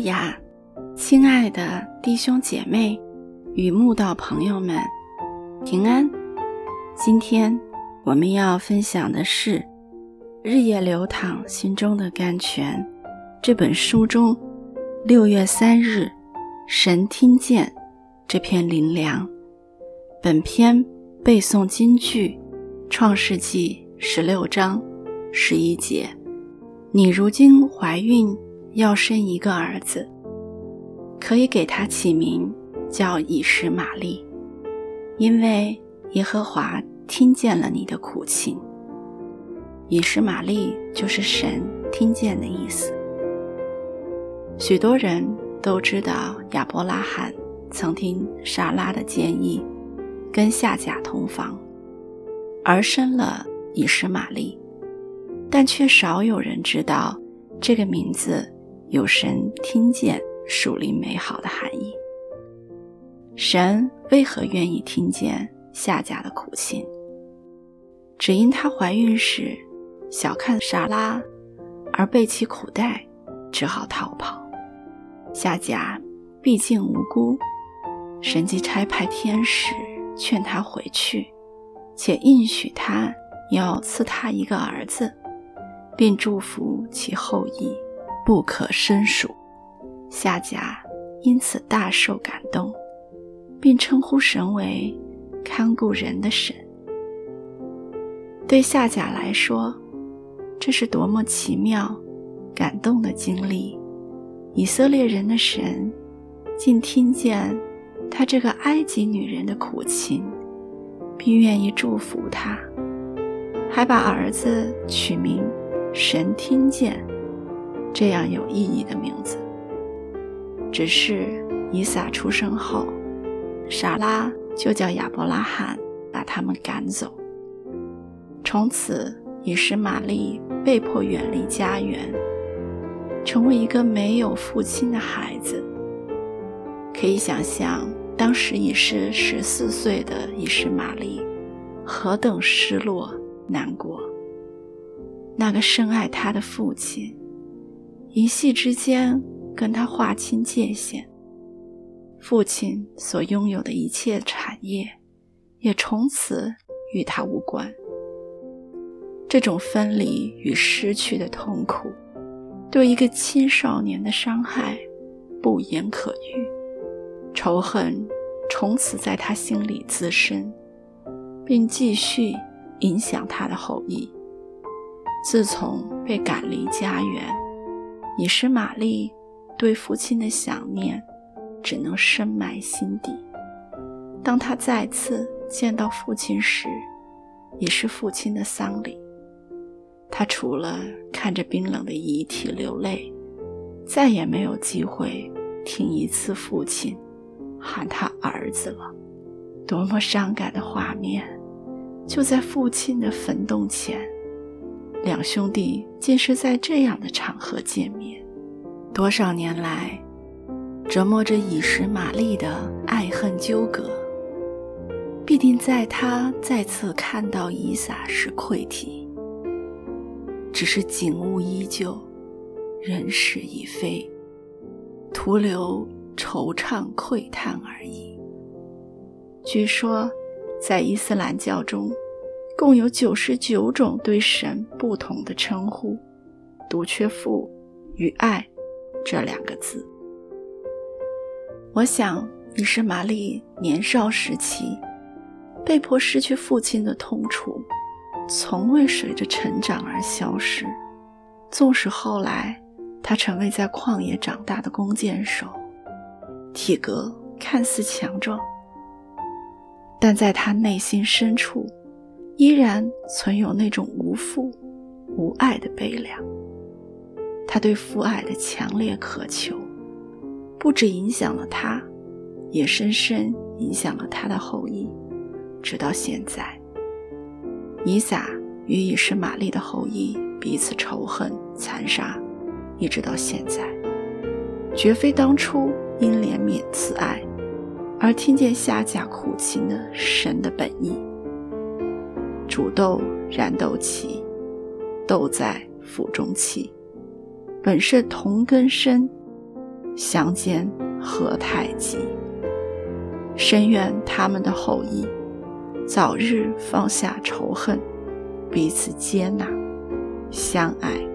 亚，亲爱的弟兄姐妹与慕道朋友们，平安。今天我们要分享的是《日夜流淌心中的甘泉》这本书中6月3日神听见这篇灵粮。本篇背诵金句创世纪16章11节，你如今怀孕要生一个儿子，可以给他起名叫以实玛利，因为耶和华听见了你的苦情。以实玛利就是神听见的意思。许多人都知道亚伯拉罕曾听撒拉的建议，跟夏甲同房，而生了以实玛利，但却少有人知道这个名字有神听见属灵美好的含义。神为何愿意听见夏甲的苦情？只因她怀孕时小看撒拉而被其苦待，只好逃跑。夏甲毕竟无辜，神即差派天使劝她回去，且应许她要赐她一个儿子，并祝福其后裔不可胜数。夏甲因此大受感动，并称呼神为看顾人的神。对夏甲来说，这是多么奇妙感动的经历。以色列人的神竟听见他这个埃及女人的苦情，并愿意祝福她，还把儿子取名神听见，这样有意义的名字。只是以撒出生后，撒拉就叫亚伯拉罕把他们赶走。从此以实玛利被迫远离家园，成为一个没有父亲的孩子。可以想象当时已是14岁的以实玛利何等失落难过。那个深爱他的父亲一夕之间跟他划清界限，父亲所拥有的一切产业也从此与他无关。这种分离与失去的痛苦，对一个青少年的伤害不言可喻。仇恨从此在他心里滋生，并继续影响他的后裔。自从被赶离家园，以实玛利对父亲的想念只能深埋心底。当他再次见到父亲时，也是父亲的丧礼。他除了看着冰冷的遗体流泪，再也没有机会听一次父亲喊他儿子了。多么伤感的画面！就在父亲的坟洞前，两兄弟竟是在这样的场合见面。多少年来折磨着以实玛利的爱恨纠葛，必定在他再次看到以撒时溃堤。只是景物依旧，人事已非，徒留惆怅喟叹而已。据说在伊斯兰教中共有99种对神不同的称呼，独缺父与爱这2个字。我想以实玛利年少时期被迫失去父亲的痛楚从未随着成长而消失。纵使后来他成为在旷野长大的弓箭手，体格看似强壮，但在他内心深处依然存有那种无父无爱的悲凉。他对父爱的强烈渴求，不只影响了他，也深深影响了他的后裔，直到现在。以撒与以实玛利的后裔彼此仇恨残杀，一直到现在，绝非当初因怜悯慈爱而听见夏甲苦情的神的本意。煮豆燃豆萁，豆在釜中泣，本是同根生， 相见何太急。深愿他们的后裔早日放下仇恨，彼此接纳，相爱。